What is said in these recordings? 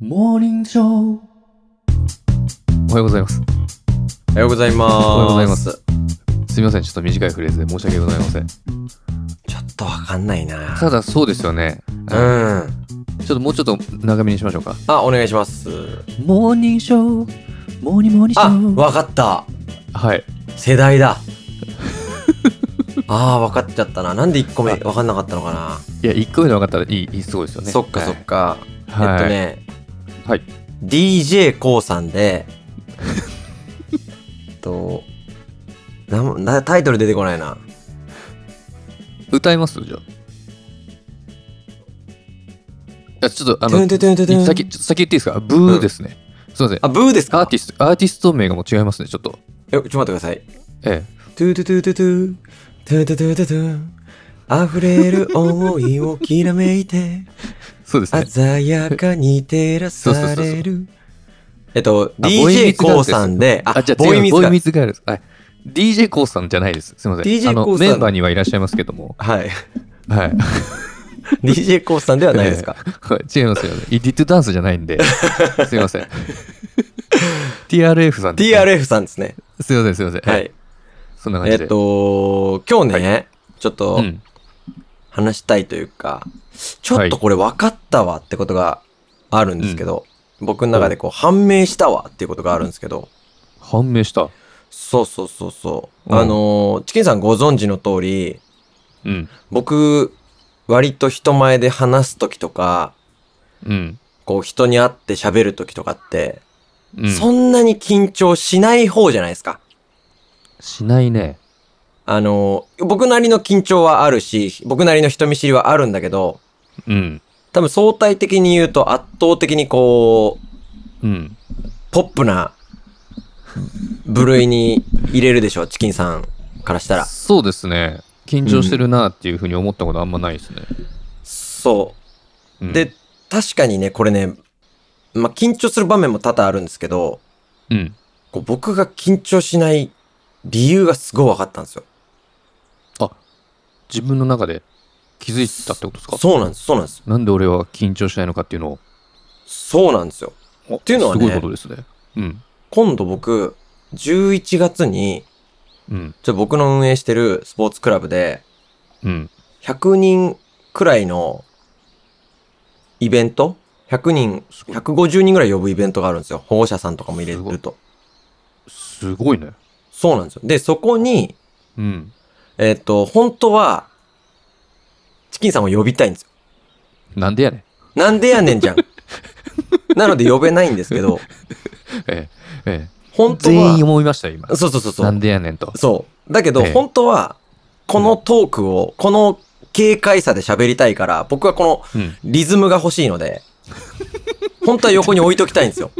モーニングショー。おはようございます。 おはようございます。 おはようございます。すみません、ちょっと短いフレーズで申し訳ございません。 ちょっとわかんないな。 ただそうですよね。 うん。 ちょっともうちょっと長めにしましょうか。 あ、お願いします。 モーニングショー。モーニングショあ、 ー。 わかった。 はい。 世代だ。あー、わかっちゃったな。なんで1個目わかんなかったのかな。 いや、1個目で分かったらいい、すごいですよね。 そっかそっか。 はいはい。 DJ コウさんで、タイトル出てこないな。 歌いますじゃあ。いや、ちょっとてんてんてんてんてん先言っていいですか？ブーですね。すいません。 あ、ブーですか？ アーティスト名がもう違いますね、ちょっと。 ちょっと待ってください。 ええ。 トゥトゥトゥトゥトゥトゥトゥトゥトゥトゥ溢れる思いをきらめいてそうですね。 鮮やかに照らされる。 ボイミ DJ ツガールコウさんで、 じゃあボイミツボイガール。 ミツガール。はい。DJ コウさんじゃないです。すみません。 DJ コウさんメンバーにはいらっしゃいますけども。 はい。 はい。 DJ コウさんではないですか？ 違いますよね。エディットダンスじゃないんで。すみません。TRF さんです、ね。 TRF さんですね。 すみません、すみません。 はい。 そんな感じで。 今日ね、ちょっと話したいというか、ちょっとこれ分かったわってことがあるんですけど、僕の中でこう判明したわっていうことがあるんですけど。 判明した。 そう。チキンさんご存知の通り、僕、割と人前で話すときとか、こう人に会って喋るときとかって、そんなに緊張しない方じゃないですか。 しないね。 僕なりの緊張はあるし、僕なりの人見知りはあるんだけど、多分相対的に言うと圧倒的にこう、ポップな部類に入れるでしょ、チキンさんからしたら。 そうですね。緊張してるなっていうふうに思ったことあんまないですね。 そう。で、確かにね、これね、まあ、緊張する場面も多々あるんですけど、こう僕が緊張しない理由がすごい分かったんですよ。 あ、自分の中で気づいたってことですか？ そうなんです。 なんで俺は緊張しないのかっていうのを。 そうなんですよ。っていうのはね、 すごいことですね。 今度僕、11月に、僕の運営してるスポーツクラブで、100人くらいのイベント100人、150人ぐらい呼ぶイベントがあるんですよ。保護者さんとかも入れると。 すごいね。 そうなんですよ。で、そこに、本当は、チキンさんを呼びたいんですよ。 なんでやねん。なんでやねんじゃん。なので呼べないんですけど。本当は。 全員思いましたよ、今。 そう。 なんでやねんと。 そう。だけど、本当は、このトークを、この軽快さで喋りたいから、僕はこのリズムが欲しいので、本当は横に置いときたいんですよ。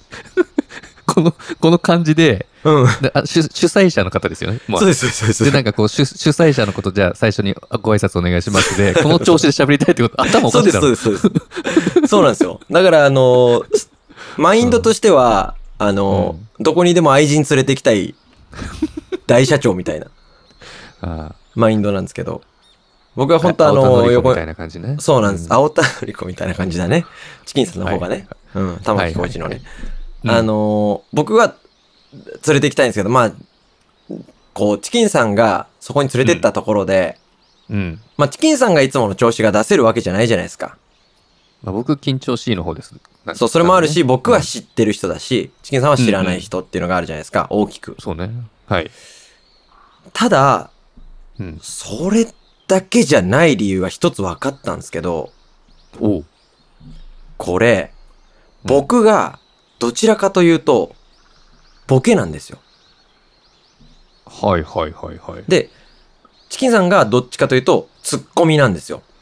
この感じで、主催者の方ですよね。 そうです。 で、なんかこう、主催者のこと、じゃあ最初にご挨拶お願いしますで、この調子で喋りたいってこと、頭おかしいだろ。 そうです。そうなんですよ。だから、マインドとしては、どこにでも愛人連れて行きたい大社長みたいなマインドなんですけど、僕は本当横みたいな感じね。 そうなんです。青田のり子みたいな感じだね。チキンさんの方がね。玉木浩二のね。僕は連れて行きたいんですけど、まあ、こう、チキンさんがそこに連れてったところで、まあ、チキンさんがいつもの調子が出せるわけじゃないじゃないですか。 まあ、僕、緊張しいの方です。 そう、それもあるし、僕は知ってる人だし、チキンさんは知らない人っていうのがあるじゃないですか、大きく。 そうね。はい。 ただ、それだけじゃない理由が一つ分かったんですけど、これ、僕がどちらかというと、ボケなんですよ。 はい。 で、チキンさんがどっちかというと、ツッコミなんですよ。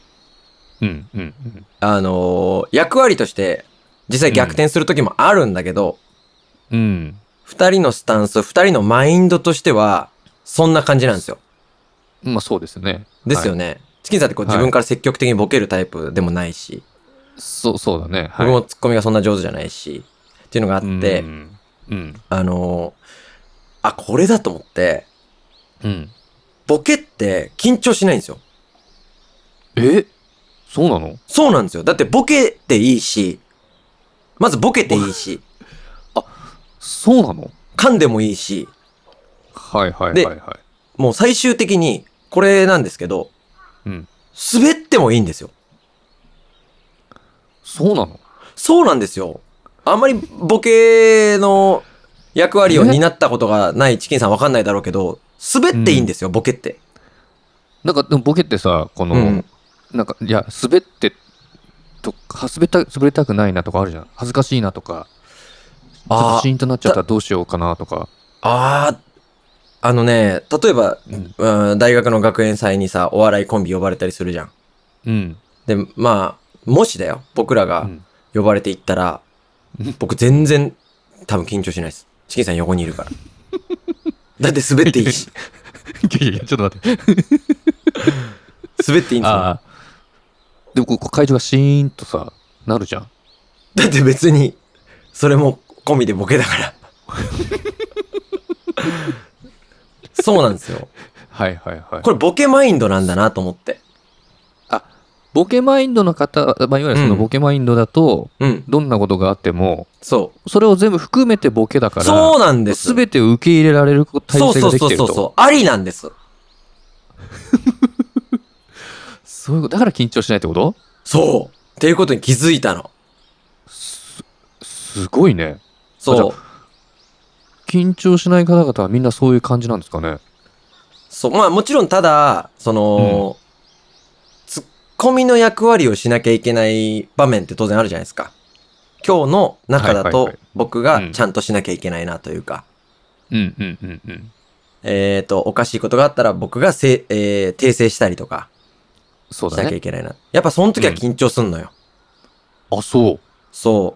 役割として、実際逆転する時もあるんだけど、二人のスタンス、二人のマインドとしては、そんな感じなんですよ。 まあそうですね。 ですよね。チキンさんってこう自分から積極的にボケるタイプでもないし。 そうだね。 僕もツッコミがそんな上手じゃないし。っていうのがあって、これだと思って、ボケって緊張しないんですよ。 そうなの？ そうなんですよ。だってボケていいし、 まずボケていいし、 そうなの？ 噛んでもいいし、 はいはいはいはい。 もう最終的に、これなんですけど、 うん。 滑ってもいいんですよ。 そうなの？ そうなんですよ。あんまりボケの役割を担ったことがないチキンさんわかんないだろうけど、滑っていいんですよ、ボケって。 なんか、でもボケってさ、この、 うん。 なんか、いや、滑りたくないなとかあるじゃん。恥ずかしいなとか、ちょっとシーンとなっちゃったらどうしようかなとか。 例えば、 うん。 大学の学園祭にさ、お笑いコンビ呼ばれたりするじゃん。 うん。 で、まあ、もしだよ、僕らがうん。 呼ばれていったら、僕全然多分緊張しないです。チキンさん横にいるから。だって滑っていいし。 いやいや、ちょっと待って。 滑っていいんですもん。 ああ。でもこう会場がシーンとさ、なるじゃん。 だって別に、それも込みでボケだから。そうなんですよ。 はいはいはい。 これボケマインドなんだなと思って。 あ、ボケマインドの方、まあ、いわゆるそのボケマインドだと、 うん。 どんなことがあっても、 そそれを全部含めてボケだう。 から、 そうなんです。 すべてを受け入れられる体制ができてると。 そう。ありなんです。 そういうこと。だから緊張しないってこと？ そう。っていうことに気づいたの。 すごいね。じゃあそう。 緊張しない方々はみんなそういう感じなんですかね。 そう。まあもちろんただ、 うん。 ツッコミの役割をしなきゃいけない場面って当然あるじゃないですか。今日の中だとはいはいはい。 僕うん。 がちゃんとしなきゃいけないなというか。 うんうんうんうん。 おかしいことがあったら僕が訂正したりとかしなきゃそうだね。 いけないな。やっぱその時はうん。 緊張すんのよ。 あ、そそう。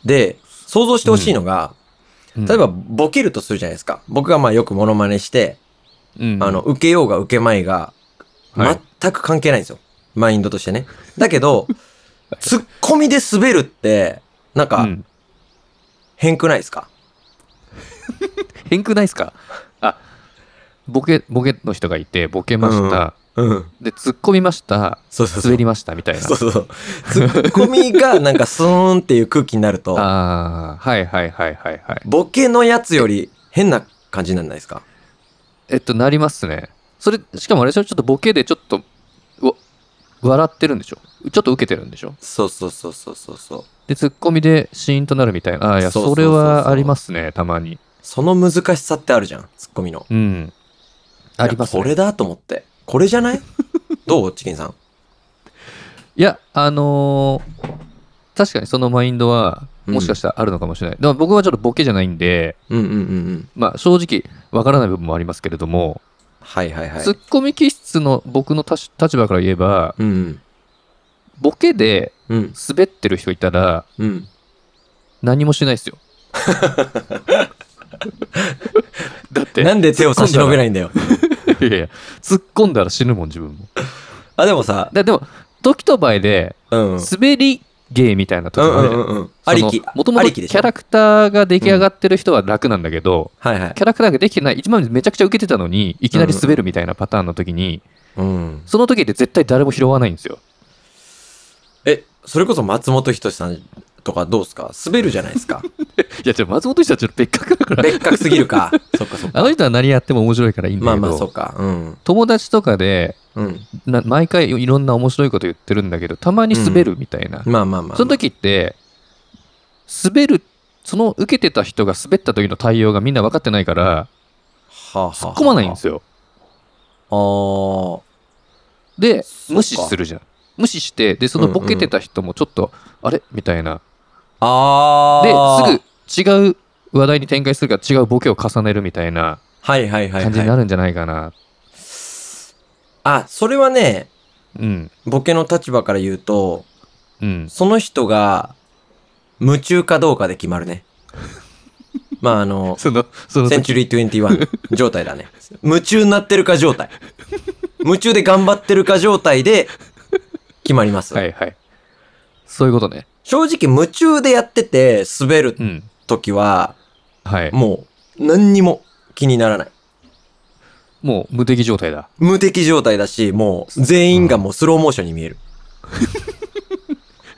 で、想像してう。うほしいん。 のが、 うん。 例えばボケるとするじゃないですか。僕がまあよくモノマネして、 うんうん。 受けようが受けまいが、全はい。 く関係ないんですよ。マインドとしてね。だけど、ツッコミで滑るって、なんか、 うん。 変くないですか？ 変くないっすか？あ、ボケの人がいて、ボケましうん。 た。 うん。 で、突っ込みました。 そうそうそう。 滑りましたみたいな。 そうそうそう。ツッコミがなんかスーンっていう空気になると、 ああ、はいはいはいはいはい。 ボケのやつより変な感じにならないですか？ なりますね。それ、しかもあれでしょ、ちょっとボケでちょっと、笑ってるんでしょ、ちょっと受けてるんでしょ？ そうそうそうそうそうそう。 で、ツッコミでシーンとなるみたいな。ああ、いや、それそうそうそうはありそう。 ますね、たまに。 その難しさってあるじゃん、ツッコミの。 うん。 いや、 ありますね。 これだと思って。これじゃない？どうチキンさん。 いや、確かにそのマインドは、もしかうん。 したらあるのかもしれない。でも僕はちょっとボケじゃないんで、 うんうんうんうん。 まあ正直わからない部分もありますけれども、 はいはいはい。 ツッコミ気質の僕の立場から言えば、 うんうん。 ボケでうん。 滑ってる人いたらうん。 何もしないですよ。だってなんで手突っを差し込んだら、 伸べないんだよ。 いやいや、突っ込んだら死ぬもん自分も。 あ、でもさ、 でも時と場合でうん。うん滑り芸みたいなうん時もあるじゃん。 うんうん。あそのりき。 もともとありきでしょ？ キャラクターが出来上がうん。 ってる人は楽なんだけど、 はいはい。 キャラクターができてない、一番めちゃくちゃ受けてたのにいきなり滑るみたいなパターンの時に、 うん。 その時って絶対誰も拾わないんですよ。 それこそ松本人志さんとかどうすか？滑るじゃないですか。 いや、松本人志はちょっと別格だから。 別格すぎるか。そっかそっか。 あの人は何やっても面白いからいいんだまあまあ、そけど、 っか。うん。 友達とかでうん。 毎回いろんな面白いこと言ってるんだけど、たまに滑るみたいな。 まあまあまあそのま時って、滑る、その受けてた人が滑った時の対応がみんな分かってないから、 あ。はあは突っ込まないんあはですよ。 あ。ああ。 で、無そっか。 視するじゃん。無視して、で、そのボケてうんうん。 た人もちょっと、あれみたいな。で、すああ。 ぐ違う話題に展開するから違うボケを重ねるみたいなはいはいはい感じはい。 になるんじゃないかな。 あ、それはね、 うん。 ボケの立場から言うと、 うん。 その人が夢中かどうかで決まるね。まあその時。 センチュリー21状態だね。夢中になってるか状態。夢中で頑張ってるか状態で決まります。 はいはい。そういうことね。 正直夢中でやってて滑るうん。 時は、 はい。 もう何にも気にならない。 もう無敵状態だ。 無敵状態だし、もう全員がもうスローモーションに見える。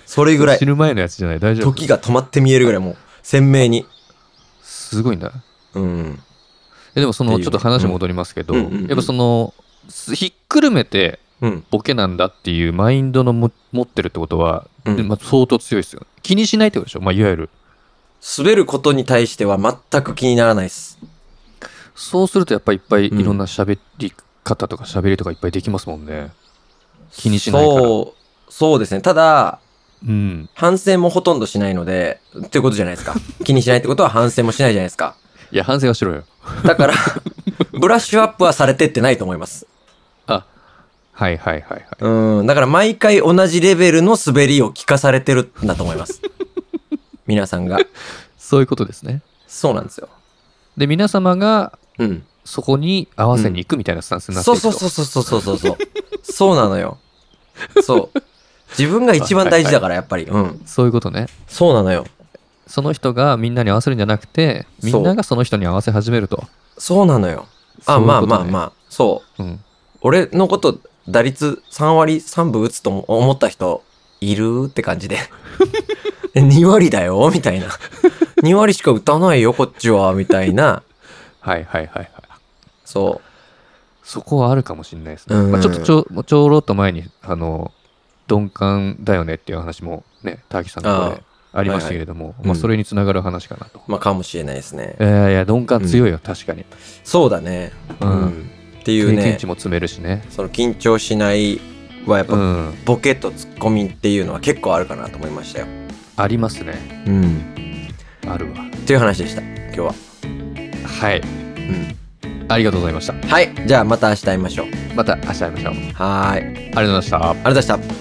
それぐらい死。ぬ前のやつじゃない？大丈夫？ 時が止まって見えるぐらいもう鮮明に。 すごいんだ。 うん。 でもその、 っていうねちょっと話戻りますけど、 うんうんうんうんやっぱその、ひっくるめてうん。 ボケなんだっていうマインドの持ってるってことは、 うんでまあ、相当強いですよ。気にしないってことでしょ？まあ、いわゆる。 滑ることに対しては全く気にならないです。 そうするとやっぱりいっぱいうんいろんな喋り方とか喋りとかいっぱいできますもんね。気にしないから。 そうですね。ただ、 うん。 反省もほとんどしないので、っていうことじゃないですか。気にしないってことは反省もしないじゃないですか。 いや、反省はしろよ。 だから、ブラッシュアップはされてってないと思います。 あ、はいはいはいはい。 だから毎回同じレベルの滑りを聞かされてるんだと思います。皆さんが。 そういうことですね。 そうなんですよ。 で、皆様がうん。 そこに合わせに行くみたいなスタンスになってそういくと。 そうそうそうそうそうそう。そうなのよ。そう。自分が一番大事だから、やっぱり。うん。 そういうことね。 そうなのよ。 その人がみんなに合わせるんじゃなくて、みんながその人に合わせ始めると。 そうなのよ。 そういうことねまあまあまあ。そう。 うん。 俺のこと打率3割3分打つと思った人いるって感じで。2割だよみたいな。2割しか打たないよ、こっちは。みたいな。 はいはいはいはい。 そそこはあるかもしれないですね。 うんまあ、ちょっとちょろっと前に、鈍感だよねっていう話もね、ターキさんの方でありましたけれども、まあ、 うんそれにつながる話かなと。 う。まあかもしれないですね。 いや、鈍感強いよ、確かに。 そうだね。 うんっていうね経験値、も積めるしね。 その緊張しないはやっぱ、 うん。 ボケとツッコミっていうのは結構あるかなと思いましたよ。 ありますね。あるわ。 っていう話でした、今日は。 はい。ありがとうございました。 はい。じゃあまた明日会いましょう。 また明日会いましょう。 はーい。 ありがとうございました。 ありがとうございました。